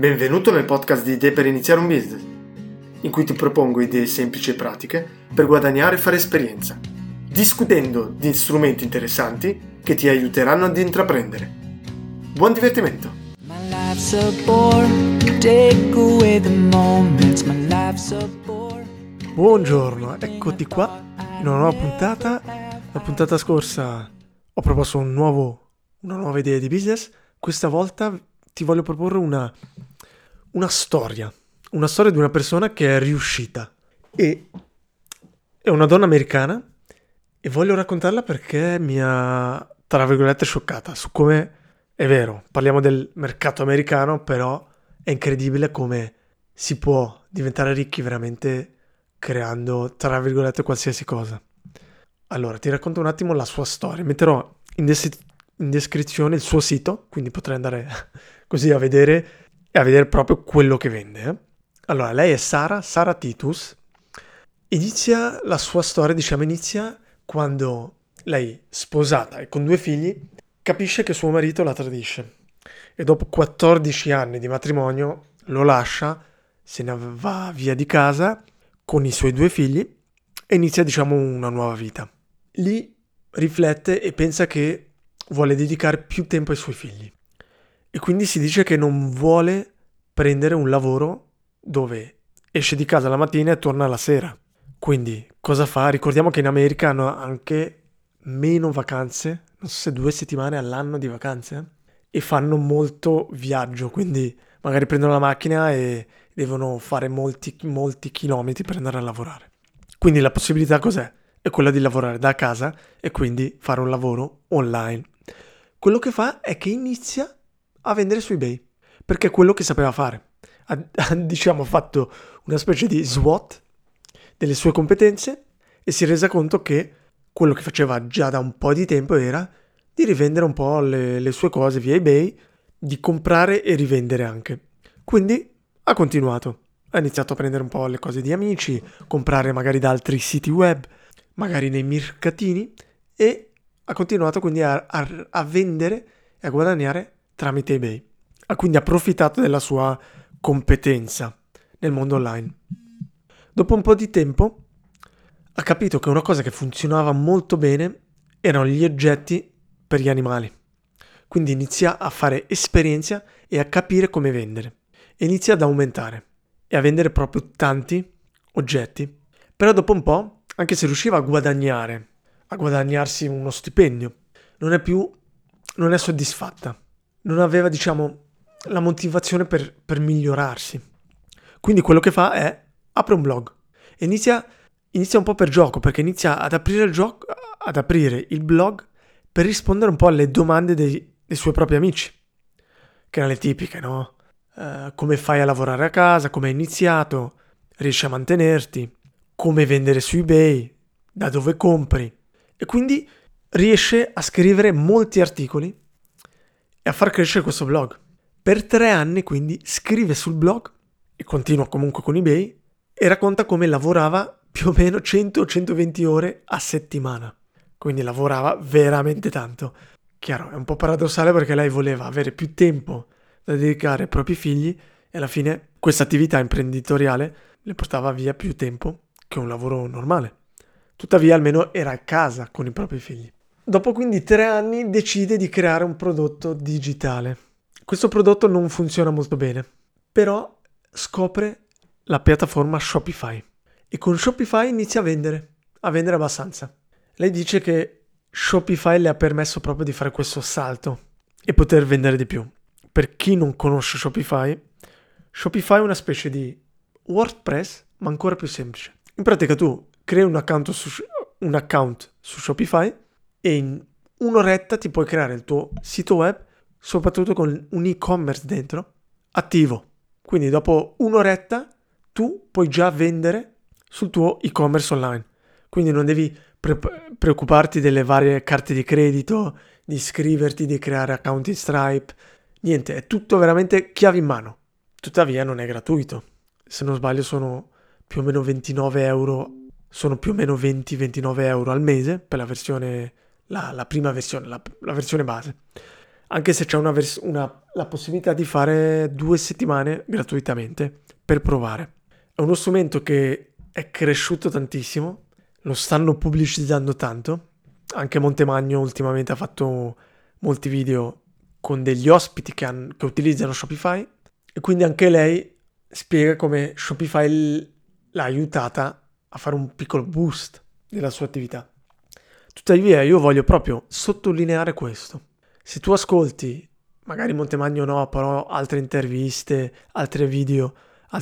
Benvenuto nel podcast di Idee per iniziare un business, in cui ti propongo idee semplici e pratiche per guadagnare e fare esperienza, discutendo di strumenti interessanti che ti aiuteranno ad intraprendere. Buon divertimento! Buongiorno, eccoti qua in una nuova puntata. La puntata scorsa ho proposto una nuova idea di business. Questa volta ti voglio proporre una storia di una persona che è riuscita e è una donna americana e voglio raccontarla perché mi ha, tra virgolette, scioccata su come, è vero, parliamo del mercato americano, però è incredibile come si può diventare ricchi veramente creando, tra virgolette, qualsiasi cosa. Allora, ti racconto un attimo la sua storia. Metterò in descrizione il suo sito, quindi potrai andare così a vedere proprio quello che vende. Allora, lei è Sara Titus. La sua storia, inizia quando lei, sposata e con 2 figli, capisce che suo marito la tradisce. E dopo 14 anni di matrimonio lo lascia, se ne va via di casa con i suoi 2 figli e inizia, una nuova vita. Lì riflette e pensa che vuole dedicare più tempo ai suoi figli. E quindi si dice che non vuole prendere un lavoro dove esce di casa la mattina e torna la sera. Quindi cosa fa? Ricordiamo che in America hanno anche meno vacanze, non so se 2 settimane all'anno di vacanze, e fanno molto viaggio, quindi magari prendono la macchina e devono fare molti chilometri per andare a lavorare. Quindi la possibilità cos'è? È quella di lavorare da casa e quindi fare un lavoro online. Quello che fa è che inizia a vendere su eBay, perché è quello che sapeva fare. Ha fatto una specie di SWOT delle sue competenze e si è resa conto che quello che faceva già da un po' di tempo era di rivendere un po' le sue cose via eBay, di comprare e rivendere anche. Quindi ha continuato. Ha iniziato a prendere un po' le cose di amici, comprare magari da altri siti web, magari nei mercatini, e ha continuato quindi a vendere e a guadagnare tramite eBay. Ha quindi approfittato della sua competenza nel mondo online. Dopo un po' di tempo ha capito che una cosa che funzionava molto bene erano gli oggetti per gli animali. Quindi inizia a fare esperienza e a capire come vendere. E inizia ad aumentare e a vendere proprio tanti oggetti. Però dopo un po', anche se riusciva a guadagnarsi uno stipendio, non è soddisfatta. Non aveva, la motivazione per migliorarsi. Quindi quello che fa è apre un blog e inizia un po' per gioco, perché inizia ad aprire il blog per rispondere un po' alle domande dei suoi propri amici, che erano le tipiche, no? Come fai a lavorare a casa, come hai iniziato, riesci a mantenerti, come vendere su eBay, da dove compri. E quindi riesce a scrivere molti articoli e a far crescere questo blog. Per 3 anni quindi scrive sul blog e continua comunque con eBay e racconta come lavorava più o meno 100-120 ore a settimana. Quindi lavorava veramente tanto. Chiaro, è un po' paradossale perché lei voleva avere più tempo da dedicare ai propri figli e alla fine questa attività imprenditoriale le portava via più tempo che un lavoro normale. Tuttavia almeno era a casa con i propri figli. Dopo quindi 3 anni decide di creare un prodotto digitale. Questo prodotto non funziona molto bene, però scopre la piattaforma Shopify e con Shopify inizia a vendere abbastanza. Lei dice che Shopify le ha permesso proprio di fare questo salto e poter vendere di più. Per chi non conosce Shopify è una specie di WordPress, ma ancora più semplice. In pratica tu crei un account su Shopify e in un'oretta ti puoi creare il tuo sito web, soprattutto con un e-commerce dentro, attivo. Quindi dopo un'oretta tu puoi già vendere sul tuo e-commerce online. Quindi non devi preoccuparti delle varie carte di credito, di iscriverti, di creare account in Stripe. Niente, è tutto veramente chiave in mano. Tuttavia non è gratuito. Se non sbaglio sono più o meno 29 euro, sono più o meno 20-29 euro al mese per la versione, la prima versione, la versione base. Anche se c'è una la possibilità di fare 2 settimane gratuitamente per provare. È uno strumento che è cresciuto tantissimo, lo stanno pubblicizzando tanto. Anche Montemagno ultimamente ha fatto molti video con degli ospiti che utilizzano Shopify, e quindi anche lei spiega come Shopify l'ha aiutata a fare un piccolo boost della sua attività. Tuttavia io voglio proprio sottolineare questo. Se tu ascolti, magari Montemagno no, però altre interviste, altri video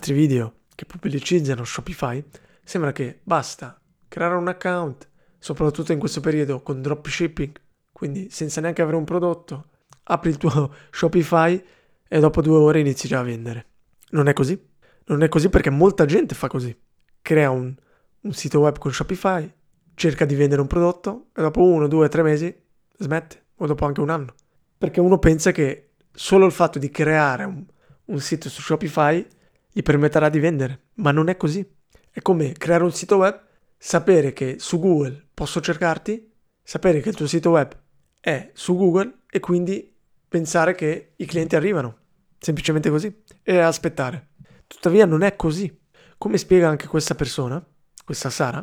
che pubblicizzano Shopify, sembra che basta creare un account, soprattutto in questo periodo con dropshipping, quindi senza neanche avere un prodotto, apri il tuo Shopify e dopo 2 ore inizi già a vendere. Non è così. Non è così perché molta gente fa così. Crea un sito web con Shopify, cerca di vendere un prodotto e dopo 1, 2, 3 mesi smette, o dopo anche un anno. Perché uno pensa che solo il fatto di creare un sito su Shopify gli permetterà di vendere, ma non è così. È come creare un sito web, sapere che su Google posso cercarti, sapere che il tuo sito web è su Google e quindi pensare che i clienti arrivano, semplicemente così, e aspettare. Tuttavia non è così. Come spiega anche questa persona, questa Sara,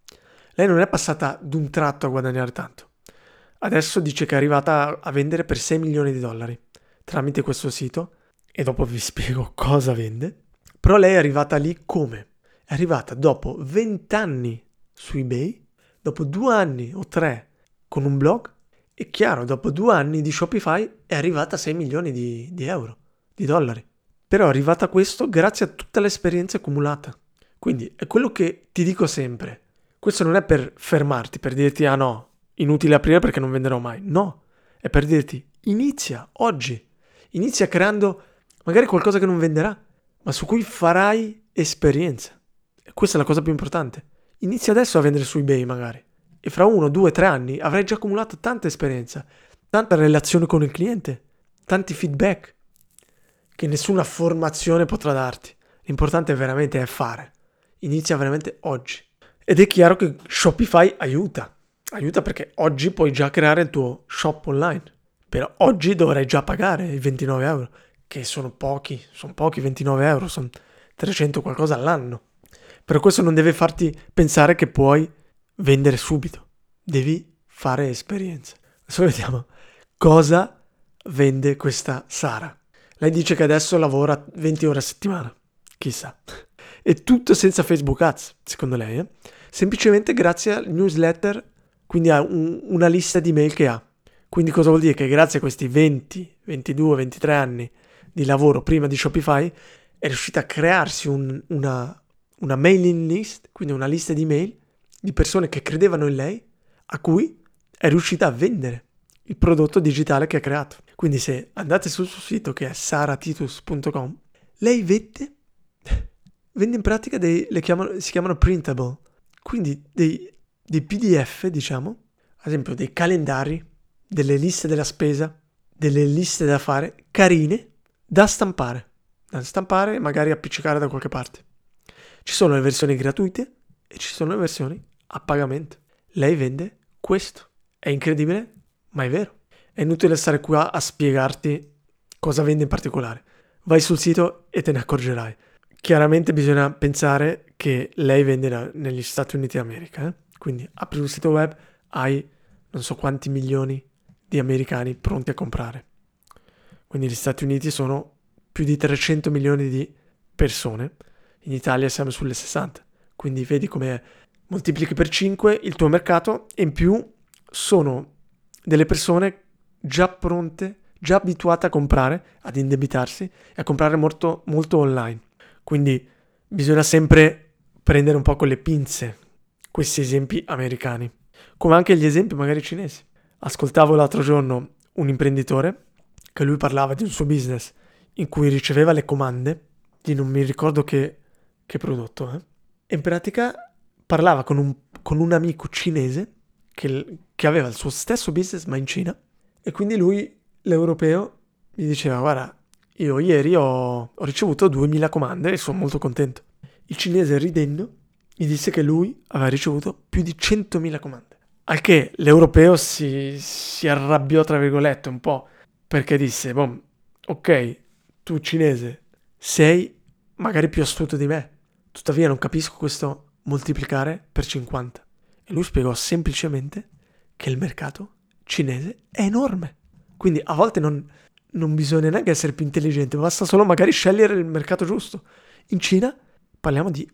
lei non è passata d'un tratto a guadagnare tanto. Adesso dice che è arrivata a vendere per 6 milioni di dollari tramite questo sito, e dopo vi spiego cosa vende. Però lei è arrivata lì come? È arrivata dopo 20 anni su eBay, dopo 2 anni o 3 con un blog, e chiaro, dopo 2 anni di Shopify è arrivata a 6 milioni di euro, di dollari. Però è arrivata a questo grazie a tutta l'esperienza accumulata. Quindi è quello che ti dico sempre. Questo non è per fermarti, per dirti ah no, inutile aprire perché non venderò mai. No, è per dirti inizia oggi. Inizia creando magari qualcosa che non venderà, ma su cui farai esperienza. E questa è la cosa più importante. Inizia adesso a vendere su eBay magari. E fra 1, 2, 3 anni avrai già accumulato tanta esperienza, tanta relazione con il cliente, tanti feedback che nessuna formazione potrà darti. L'importante veramente è fare. Inizia veramente oggi. Ed è chiaro che Shopify aiuta. Aiuta perché oggi puoi già creare il tuo shop online. Però oggi dovrai già pagare i 29 euro, che sono pochi 29 euro, sono 300 qualcosa all'anno. Però questo non deve farti pensare che puoi vendere subito. Devi fare esperienza. Adesso vediamo cosa vende questa Sara. Lei dice che adesso lavora 20 ore a settimana. Chissà. E tutto senza Facebook Ads, secondo lei. Semplicemente grazie al newsletter, quindi a una lista di mail che ha. Quindi cosa vuol dire? Che grazie a questi 20, 22, 23 anni di lavoro prima di Shopify è riuscita a crearsi una mailing list, quindi una lista di mail di persone che credevano in lei, a cui è riuscita a vendere il prodotto digitale che ha creato. Quindi se andate sul suo sito, che è saratitus.com, lei vende in pratica si chiamano printable, quindi dei PDF, diciamo, ad esempio dei calendari, delle liste della spesa, delle liste da fare, carine, da stampare e magari appiccicare da qualche parte. Ci sono le versioni gratuite e ci sono le versioni a pagamento. Lei vende questo. È incredibile, ma è vero. È inutile stare qua a spiegarti cosa vende in particolare. Vai sul sito e te ne accorgerai. Chiaramente bisogna pensare che lei vende negli Stati Uniti d'America. Quindi apri un sito web, hai non so quanti milioni di americani pronti a comprare. Quindi gli Stati Uniti sono più di 300 milioni di persone. In Italia siamo sulle 60. Quindi vedi come moltiplichi per 5 il tuo mercato, e in più sono delle persone già pronte, già abituate a comprare, ad indebitarsi e a comprare molto, molto online. Quindi bisogna sempre prendere un po' con le pinze questi esempi americani, come anche gli esempi magari cinesi. Ascoltavo l'altro giorno un imprenditore che lui parlava di un suo business in cui riceveva le comande di non mi ricordo che prodotto, e in pratica parlava con un amico cinese che aveva il suo stesso business ma in Cina, e quindi lui, l'europeo, gli diceva guarda, io ieri ho ricevuto 2000 comande e sono molto contento. Il cinese, ridendo, gli disse che lui aveva ricevuto più di 100.000 comande. Al che l'europeo si arrabbiò, tra virgolette, un po', perché disse, ok, tu cinese sei magari più astuto di me, tuttavia non capisco questo moltiplicare per 50. E lui spiegò semplicemente che il mercato cinese è enorme. Quindi a volte non bisogna neanche essere più intelligente, basta solo magari scegliere il mercato giusto. In Cina parliamo di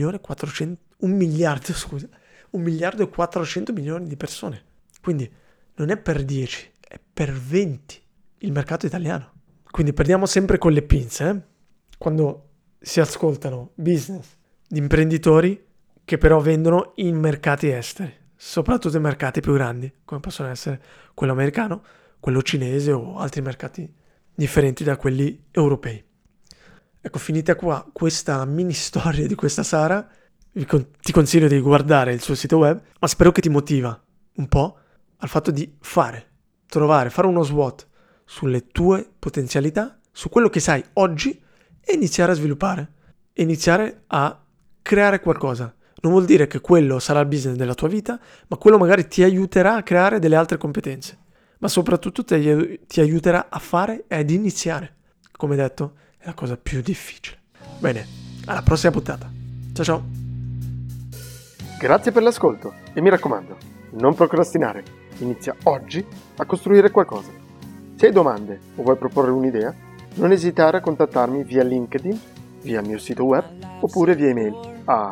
1.400.000.000 di persone. Quindi non è per 10, è per 20 il mercato italiano. Quindi perdiamo sempre con le pinze, quando si ascoltano business di imprenditori che però vendono in mercati esteri, soprattutto in mercati più grandi, come possono essere quello americano, quello cinese o altri mercati differenti da quelli europei. Ecco, finita qua questa mini storia di questa Sara, ti consiglio di guardare il suo sito web, ma spero che ti motiva un po' al fatto di fare uno SWOT sulle tue potenzialità, su quello che sai oggi e iniziare a sviluppare, e iniziare a creare qualcosa. Non vuol dire che quello sarà il business della tua vita, ma quello magari ti aiuterà a creare delle altre competenze, ma soprattutto ti aiuterà a fare e ad iniziare. Come detto, è la cosa più difficile. Bene, alla prossima puntata. Ciao ciao. Grazie per l'ascolto e mi raccomando, non procrastinare, inizia oggi a costruire qualcosa. Se hai domande o vuoi proporre un'idea, non esitare a contattarmi via LinkedIn, via il mio sito web oppure via email a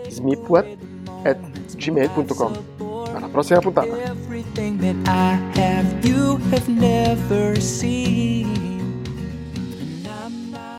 smipweb@gmail.com. Alla prossima puntata! Everything that I have, you have never seen.